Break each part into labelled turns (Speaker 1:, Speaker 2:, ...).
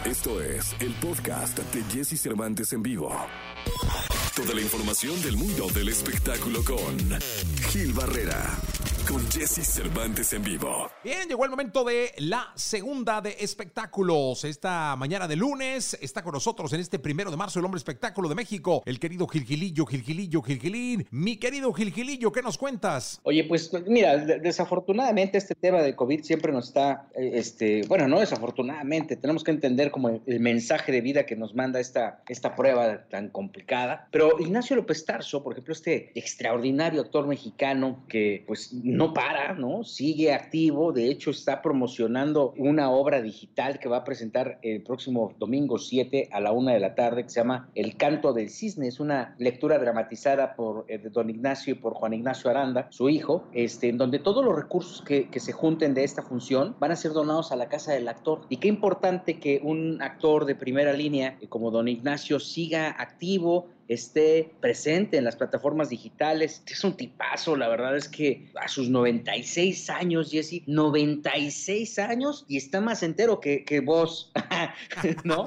Speaker 1: Esto es el podcast de Jesse Cervantes en vivo. Toda la información del mundo del espectáculo con Gil Barrera, con Jesse Cervantes en vivo.
Speaker 2: Bien, llegó el momento de la segunda de espectáculos. Esta mañana de lunes está con nosotros en este 1 de marzo el hombre espectáculo de México, el querido Gilgilín. Mi querido Gilgilillo, ¿qué nos cuentas?
Speaker 3: Oye, pues mira, desafortunadamente este tema de COVID siempre nos está, no desafortunadamente, tenemos que entender como el mensaje de vida que nos manda esta prueba tan complicada. Pero Ignacio López Tarso, por ejemplo, este extraordinario actor mexicano que pues no para, ¿no? Sigue activo, de hecho está promocionando una obra digital que va a presentar el próximo domingo 7 a la 1 de la tarde que se llama El Canto del Cisne. Es una lectura dramatizada por don Ignacio y por Juan Ignacio Aranda, su hijo, en donde todos los recursos que se junten de esta función van a ser donados a la Casa del Actor. Y qué importante que un actor de primera línea como don Ignacio siga activo, esté presente en las plataformas digitales. Es un tipazo, la verdad es que a sus 96 años, Jesse, 96 años y está más entero que vos, ¿no?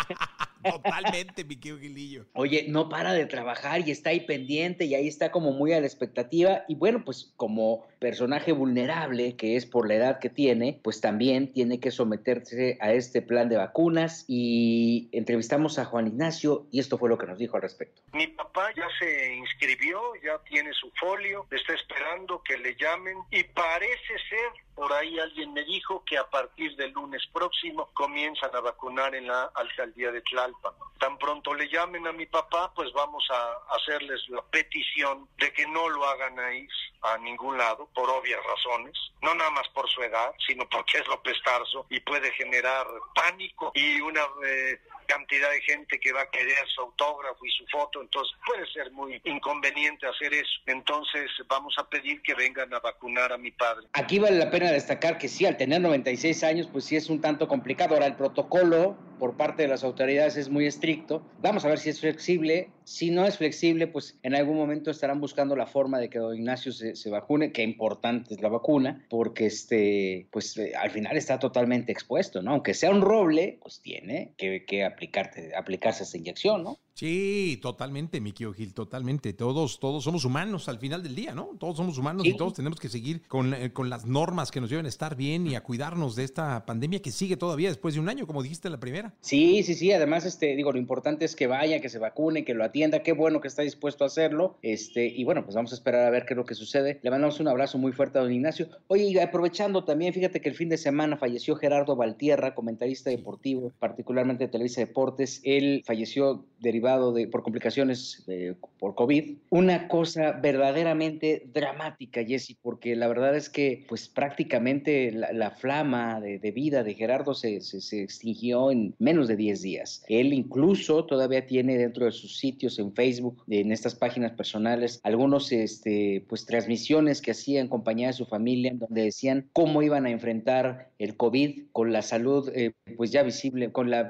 Speaker 2: Totalmente, mi querido Gilillo.
Speaker 3: Oye, no para de trabajar y está ahí pendiente y ahí está como muy a la expectativa. Y bueno, pues como personaje vulnerable que es por la edad que tiene, pues también tiene que someterse a este plan de vacunas. Y entrevistamos a Juan Ignacio y esto fue lo que nos dijo al respecto.
Speaker 4: Mi papá ya se inscribió, ya tiene su folio, está esperando que le llamen y parece ser, por ahí alguien me dijo que a partir del lunes próximo comienzan a vacunar en la alcaldía de Tlalpan. Tan pronto le llamen a mi papá, pues vamos a hacerles la petición de que no lo hagan ahí a ningún lado, por obvias razones, no nada más por su edad, sino porque es López Tarso y puede generar pánico y una cantidad de gente que va a querer su autógrafo y su foto, entonces puede ser muy inconveniente hacer eso. Entonces vamos a pedir que vengan a vacunar a mi padre.
Speaker 3: Aquí vale la pena destacar que sí, al tener 96 años, pues sí es un tanto complicado. Ahora, el protocolo por parte de las autoridades es muy estricto. Vamos a ver si es flexible. Si no es flexible, pues en algún momento estarán buscando la forma de que don Ignacio se vacune. Qué importante es la vacuna, porque al final está totalmente expuesto, ¿no? Aunque sea un roble, pues tiene que aplicarse esa inyección, ¿no?
Speaker 2: Sí, totalmente, mi querido Gil, totalmente. Todos somos humanos al final del día, ¿no? Todos somos humanos, sí. Y todos tenemos que seguir con las normas que nos lleven a estar bien y a cuidarnos de esta pandemia que sigue todavía después de un año, como dijiste en la primera.
Speaker 3: Sí. Además, lo importante es que vaya, que se vacune, que lo atienda. Qué bueno que está dispuesto a hacerlo. Y bueno, pues vamos a esperar a ver qué es lo que sucede. Le mandamos un abrazo muy fuerte a don Ignacio. Oye, y aprovechando también, fíjate que el fin de semana falleció Gerardo Valtierra, comentarista deportivo, particularmente de Televisa Deportes. Él falleció derivado por complicaciones por COVID. Una cosa verdaderamente dramática, Jesse, porque la verdad es que pues prácticamente la flama de vida de Gerardo se extinguió en menos de 10 días. Él incluso todavía tiene dentro de sus sitios en Facebook, en estas páginas personales, algunos pues transmisiones que hacía en compañía de su familia, donde decían cómo iban a enfrentar el COVID con la salud pues ya visible,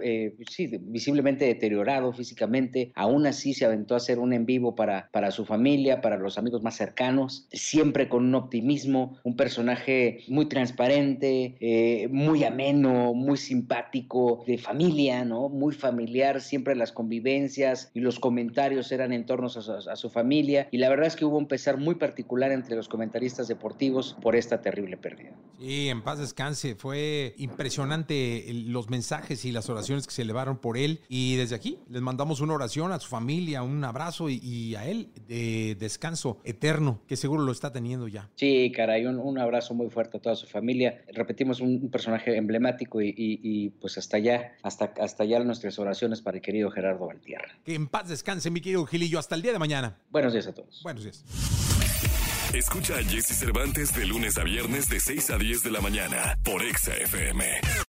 Speaker 3: visiblemente deteriorado físicamente. Aún así se aventó a hacer un en vivo para su familia, para los amigos más cercanos, siempre con un optimismo, un personaje muy transparente, muy ameno, muy simpático, de familia, ¿no? Muy familiar, siempre las convivencias y los comentarios eran en torno a su familia, y la verdad es que hubo un pesar muy particular entre los comentaristas deportivos por esta terrible pérdida.
Speaker 2: Sí, en paz descanse. Fue impresionante los mensajes y las oraciones que se elevaron por él, y desde aquí les mandamos una oración a su familia, un abrazo y a él de descanso eterno, que seguro lo está teniendo ya.
Speaker 3: Sí, caray, un abrazo muy fuerte a toda su familia. Repetimos, un personaje emblemático y pues hasta allá nuestras oraciones para el querido Gerardo Valtierra.
Speaker 2: Que en paz descanse, mi querido Gilillo. Hasta el día de mañana.
Speaker 3: Buenos días a todos.
Speaker 2: Buenos días.
Speaker 1: Escucha a Jesse Cervantes de lunes a viernes de 6 a 10 de la mañana por Exa FM.